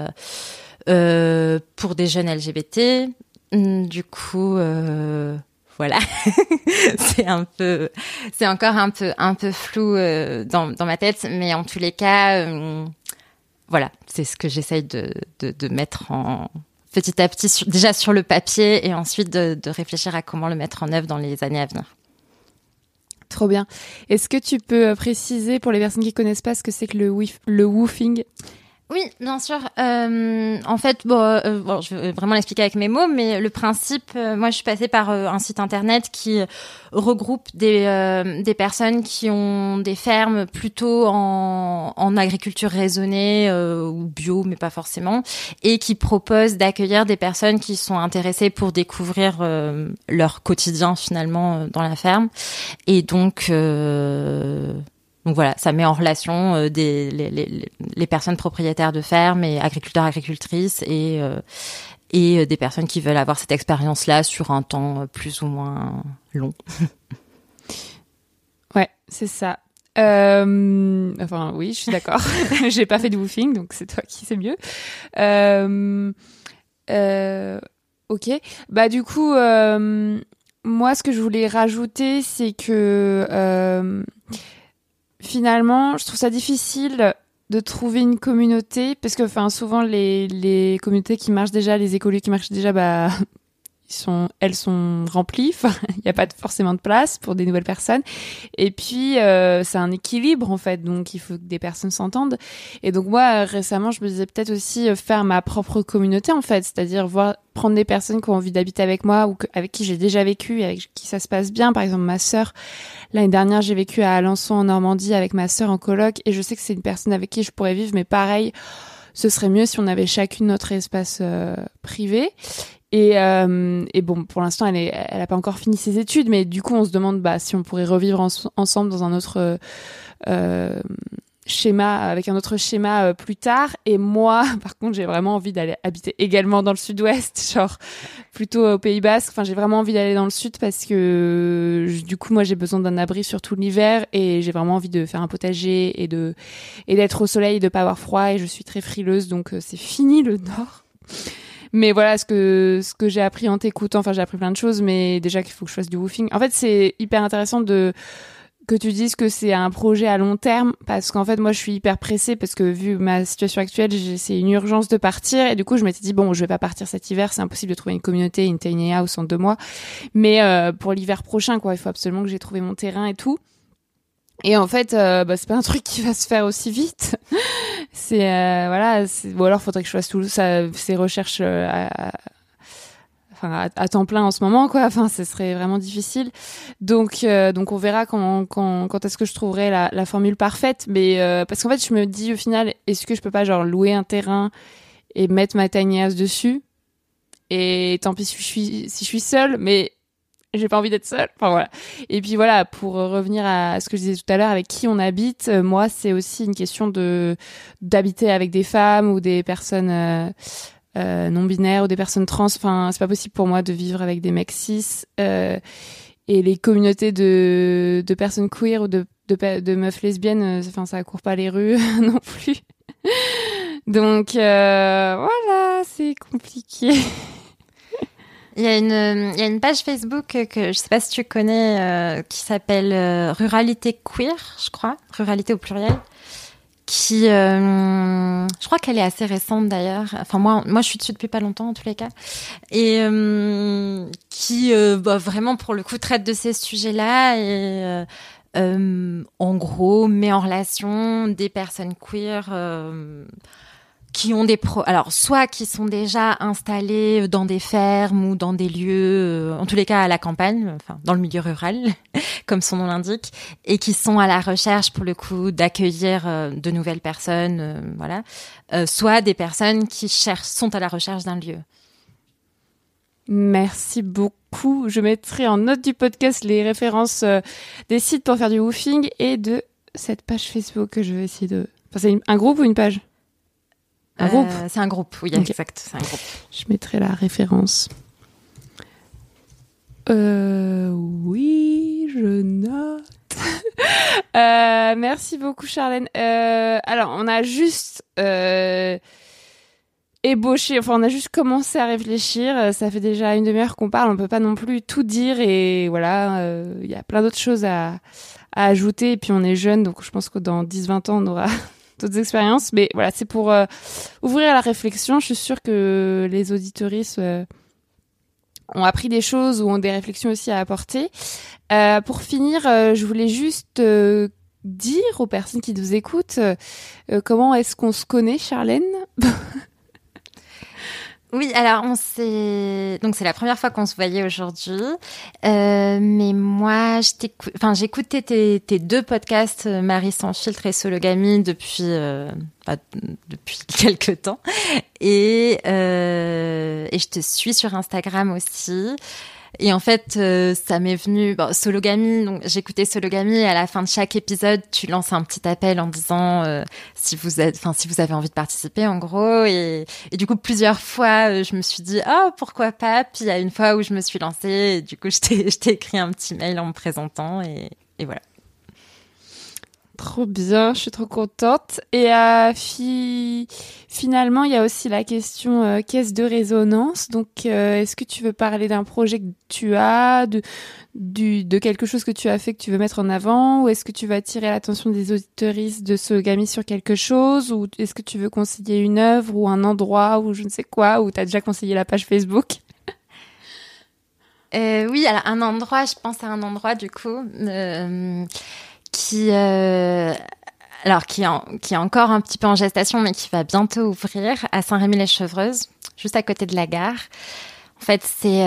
des jeunes LGBT. Du coup, voilà, c'est encore un peu flou dans ma tête, mais en tous les cas, voilà, c'est ce que j'essaye de mettre en petit à petit déjà sur le papier et ensuite de réfléchir à comment le mettre en œuvre dans les années à venir. Trop bien. Est-ce que tu peux préciser pour les personnes qui connaissent pas ce que c'est que le woofing ? Oui, bien sûr. En fait, je vais vraiment l'expliquer avec mes mots, mais le principe, moi, je suis passée par un site internet qui regroupe des personnes qui ont des fermes plutôt en agriculture raisonnée ou bio, mais pas forcément, et qui propose d'accueillir des personnes qui sont intéressées pour découvrir leur quotidien finalement dans la ferme. Et donc voilà, ça met en relation les personnes propriétaires de fermes et agriculteurs, agricultrices et et des personnes qui veulent avoir cette expérience-là sur un temps plus ou moins long. Ouais, c'est ça. Enfin, oui, je suis d'accord. J'ai pas fait de woofing, donc c'est toi qui sais mieux. Ok. Bah, du coup, moi, ce que je voulais rajouter, c'est que finalement, je trouve ça difficile de trouver une communauté, parce que, enfin, souvent, les communautés qui marchent déjà, les écoliers qui marchent déjà, bah, elles sont remplies. Enfin, il n'y a pas forcément de place pour des nouvelles personnes. Et puis, c'est un équilibre, en fait. Donc, il faut que des personnes s'entendent. Et donc, moi, récemment, je me disais peut-être aussi faire ma propre communauté, en fait. C'est-à-dire prendre des personnes qui ont envie d'habiter avec moi ou avec qui j'ai déjà vécu et avec qui ça se passe bien. Par exemple, ma sœur, l'année dernière, j'ai vécu à Alençon, en Normandie, avec ma sœur en coloc. Et je sais que c'est une personne avec qui je pourrais vivre. Mais pareil, ce serait mieux si on avait chacune notre espace privé. Et bon, pour l'instant, elle a pas encore fini ses études, mais du coup, on se demande si on pourrait revivre ensemble dans un autre schéma, avec un autre schéma plus tard. Et moi, par contre, j'ai vraiment envie d'aller habiter également dans le sud-ouest, genre plutôt au Pays Basque. Enfin, j'ai vraiment envie d'aller dans le sud parce que du coup, moi, j'ai besoin d'un abri surtout l'hiver et j'ai vraiment envie de faire un potager et d'être au soleil, de pas avoir froid. Et je suis très frileuse, donc c'est fini le nord. Mais voilà, ce que j'ai appris en t'écoutant, enfin j'ai appris plein de choses, mais déjà qu'il faut que je fasse du woofing. En fait, c'est hyper intéressant que tu dises que c'est un projet à long terme, parce qu'en fait, moi, je suis hyper pressée, parce que vu ma situation actuelle, c'est une urgence de partir, et du coup, je m'étais dit, bon, je vais pas partir cet hiver, c'est impossible de trouver une communauté, une tiny house en 2 mois, mais pour l'hiver prochain, quoi, il faut absolument que j'ai trouvé mon terrain et tout. Et en fait, c'est pas un truc qui va se faire aussi vite. C'est voilà, ou alors faudrait que je fasse tout ça, ces recherches à temps plein en ce moment, quoi. Enfin, ce serait vraiment difficile. Donc on verra quand est-ce que je trouverai la formule parfaite. Mais parce qu'en fait, je me dis au final, est-ce que je peux pas genre louer un terrain et mettre ma tiny house dessus? Et tant pis si je suis seule, mais j'ai pas envie d'être seule. Enfin voilà. Et puis voilà, pour revenir à ce que je disais tout à l'heure, avec qui on habite, moi c'est aussi une question d'habiter avec des femmes ou des personnes non binaires ou des personnes trans. Enfin, c'est pas possible pour moi de vivre avec des mecs cis. Et les communautés de personnes queer ou de meufs lesbiennes, enfin ça court pas les rues non plus. Donc voilà, c'est compliqué. Il y a une page Facebook que je sais pas si tu connais, qui s'appelle Ruralité Queer, je crois, Ruralité au pluriel, qui, je crois qu'elle est assez récente d'ailleurs. Enfin moi je suis dessus depuis pas longtemps en tous les cas, et qui vraiment pour le coup traite de ces sujets-là et en gros met en relation des personnes queer. Qui ont alors soit qui sont déjà installés dans des fermes ou dans des lieux, en tous les cas à la campagne, enfin dans le milieu rural, comme son nom l'indique, et qui sont à la recherche pour le coup d'accueillir de nouvelles personnes, voilà, soit des personnes qui sont à la recherche d'un lieu. Merci beaucoup. Je mettrai en note du podcast les références des sites pour faire du woofing et de cette page Facebook que je vais essayer de. Enfin, c'est un groupe ou une page? Un groupe. C'est un groupe, oui, okay. Exact, c'est un groupe. Je mettrai la référence. Oui, je note. Merci beaucoup, Charlène. Alors, on a juste ébauché, enfin, on a juste commencé à réfléchir. Ça fait déjà 1 demi-heure qu'on parle. On peut pas non plus tout dire et voilà, il y a plein d'autres choses à ajouter. Et puis, on est jeunes, donc je pense que dans 10-20 ans, on aura d'autres expériences, mais voilà, c'est pour ouvrir à la réflexion. Je suis sûre que les auditeuristes ont appris des choses ou ont des réflexions aussi à apporter. Pour finir, je voulais juste dire aux personnes qui nous écoutent comment est-ce qu'on se connaît, Charlène? Oui, alors donc c'est la première fois qu'on se voyait aujourd'hui, mais moi j'écoutais tes 2 podcasts, Marie sans filtre et Sologamie depuis quelques temps, et je te suis sur Instagram aussi. Et en fait, ça m'est venu Sologamy. Donc j'écoutais Sologamy et à la fin de chaque épisode, tu lances un petit appel en disant si vous avez envie de participer, en gros. Et du coup, plusieurs fois, je me suis dit pourquoi pas. Puis il y a une fois où je me suis lancée. Et du coup, je t'ai écrit un petit mail en me présentant et voilà. Trop bien, je suis trop contente. Et finalement, il y a aussi la question caisse de résonance. Donc, est-ce que tu veux parler d'un projet que tu as, de quelque chose que tu as fait que tu veux mettre en avant, ou est-ce que tu veux attirer l'attention des auditeuristes de Sologamy sur quelque chose, ou est-ce que tu veux conseiller une œuvre ou un endroit ou je ne sais quoi, ou tu as déjà conseillé la page Facebook? Oui, alors je pense à un endroit du coup qui est encore un petit peu en gestation, mais qui va bientôt ouvrir à Saint-Rémy-lès-Chevreuses, juste à côté de la gare. En fait, c'est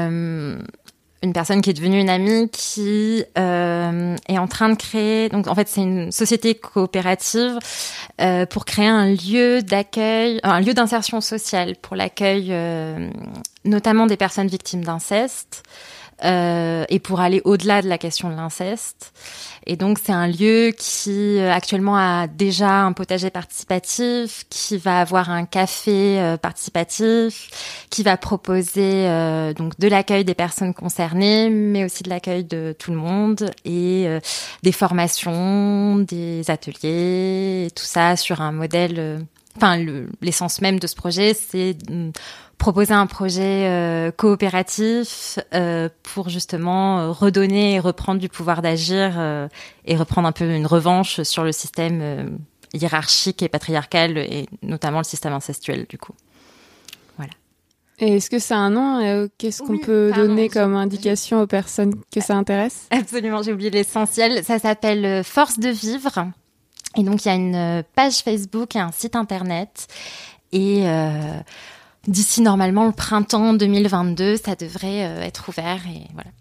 une personne qui est devenue une amie qui est en train de créer. Donc, en fait, c'est une société coopérative pour créer un lieu d'accueil, un lieu d'insertion sociale pour l'accueil, notamment des personnes victimes d'inceste. Et pour aller au-delà de la question de l'inceste. Et donc, c'est un lieu qui, actuellement, a déjà un potager participatif, qui va avoir un café participatif, qui va proposer donc de l'accueil des personnes concernées, mais aussi de l'accueil de tout le monde, et des formations, des ateliers, et tout ça sur un modèle... l'essence même de ce projet, c'est proposer un projet coopératif pour justement redonner et reprendre du pouvoir d'agir et reprendre un peu une revanche sur le système hiérarchique et patriarcal, et notamment le système incestuel, du coup. Voilà. Et est-ce que c'est un nom? Qu'est-ce qu'on peut donner comme indication aux personnes que ça intéresse? Absolument, j'ai oublié l'essentiel. Ça s'appelle Force de vivre. Et donc, il y a une page Facebook et un site internet. Et d'ici, normalement, le printemps 2022, ça devrait être ouvert. Et voilà.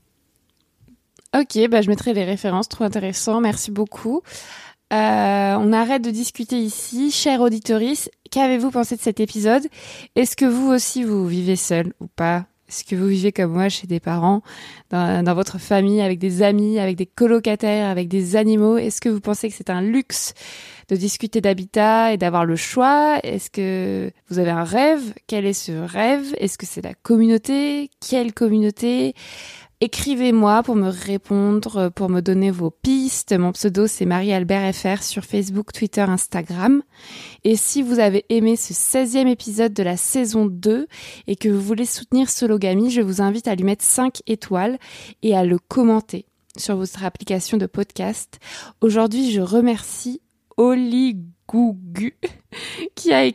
Ok, je mettrai les références. Trop intéressant. Merci beaucoup. On arrête de discuter ici. Chère auditorice, qu'avez-vous pensé de cet épisode? Est-ce que vous aussi, vous vivez seul ou pas? Est-ce que vous vivez comme moi chez des parents, dans votre famille, avec des amis, avec des colocataires, avec des animaux? Est-ce que vous pensez que c'est un luxe de discuter d'habitat et d'avoir le choix? Est-ce que vous avez un rêve? Quel est ce rêve? Est-ce que c'est la communauté? Quelle communauté? Écrivez-moi pour me répondre, pour me donner vos pistes. Mon pseudo, c'est Marie-Albert FR sur Facebook, Twitter, Instagram. Et si vous avez aimé ce 16e épisode de la saison 2 et que vous voulez soutenir Sologamy, je vous invite à lui mettre 5 étoiles et à le commenter sur votre application de podcast. Aujourd'hui, je remercie Oli Gougu qui a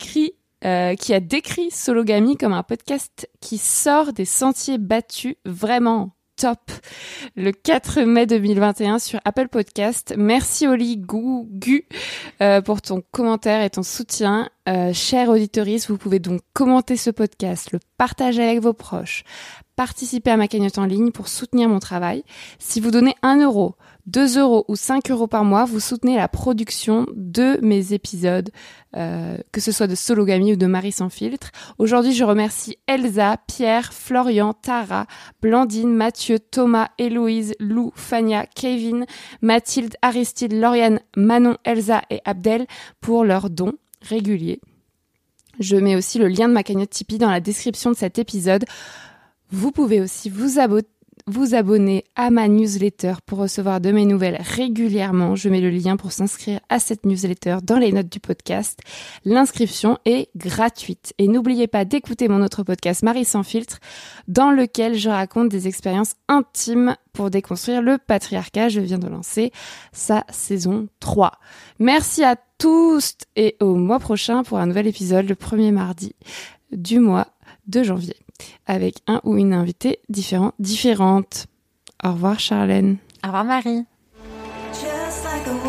décrit Sologamy comme un podcast qui sort des sentiers battus, vraiment top, le 4 mai 2021 sur Apple Podcast. Merci Oli Gougu pour ton commentaire et ton soutien. Chère auditorice, vous pouvez donc commenter ce podcast, le partager avec vos proches, participer à ma cagnotte en ligne pour soutenir mon travail. Si vous donnez 1 euro, 2 euros ou 5 euros par mois, vous soutenez la production de mes épisodes, que ce soit de Sologamy ou de Marie sans filtre. Aujourd'hui, je remercie Elsa, Pierre, Florian, Tara, Blandine, Mathieu, Thomas, Héloïse, Lou, Fania, Kevin, Mathilde, Aristide, Lauriane, Manon, Elsa et Abdel pour leurs dons réguliers. Je mets aussi le lien de ma cagnotte Tipeee dans la description de cet épisode. Vous pouvez aussi vous abonner à ma newsletter pour recevoir de mes nouvelles régulièrement. Je mets le lien pour s'inscrire à cette newsletter dans les notes du podcast. L'inscription est gratuite. Et n'oubliez pas d'écouter mon autre podcast Marie sans filtre, dans lequel je raconte des expériences intimes pour déconstruire le patriarcat. Je viens de lancer sa saison 3. Merci à tous et au mois prochain pour un nouvel épisode, le premier mardi du mois de janvier, avec un ou une invitée différente. Au revoir Charlène. Au revoir Marie. Just like a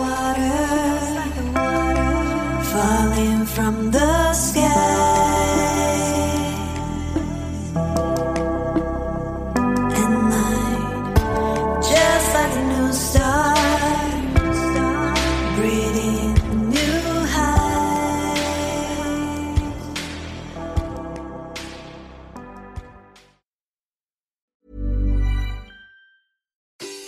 water, falling from the sky. At night, just like a new star, breathing new heights.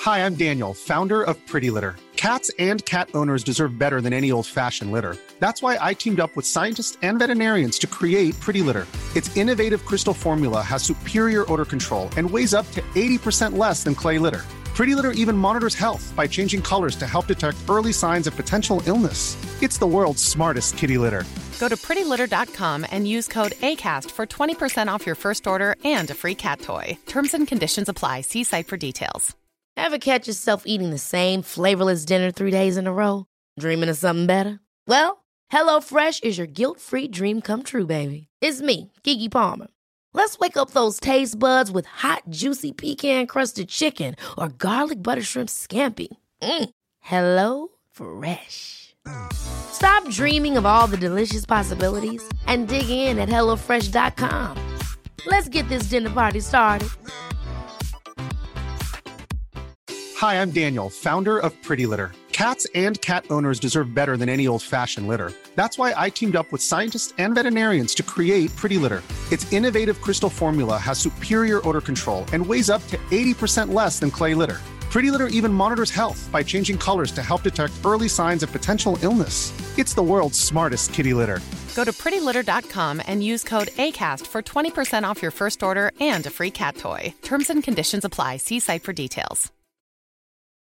Hi, I'm Daniel, founder of Pretty Litter. Cats and cat owners deserve better than any old-fashioned litter. That's why I teamed up with scientists and veterinarians to create Pretty Litter. Its innovative crystal formula has superior odor control and weighs up to 80% less than clay litter. Pretty Litter even monitors health by changing colors to help detect early signs of potential illness. It's the world's smartest kitty litter. Go to prettylitter.com and use code ACAST for 20% off your first order and a free cat toy. Terms and conditions apply. See site for details. Ever catch yourself eating the same flavorless dinner 3 days in a row? Dreaming of something better? Well, HelloFresh is your guilt-free dream come true, baby. It's me, Keke Palmer. Let's wake up those taste buds with hot, juicy pecan-crusted chicken or garlic butter shrimp scampi. Hello Fresh. Stop dreaming of all the delicious possibilities and dig in at HelloFresh.com. Let's get this dinner party started. Hi, I'm Daniel, founder of Pretty Litter. Cats and cat owners deserve better than any old-fashioned litter. That's why I teamed up with scientists and veterinarians to create Pretty Litter. Its innovative crystal formula has superior odor control and weighs up to 80% less than clay litter. Pretty Litter even monitors health by changing colors to help detect early signs of potential illness. It's the world's smartest kitty litter. Go to prettylitter.com and use code ACAST for 20% off your first order and a free cat toy. Terms and conditions apply. See site for details.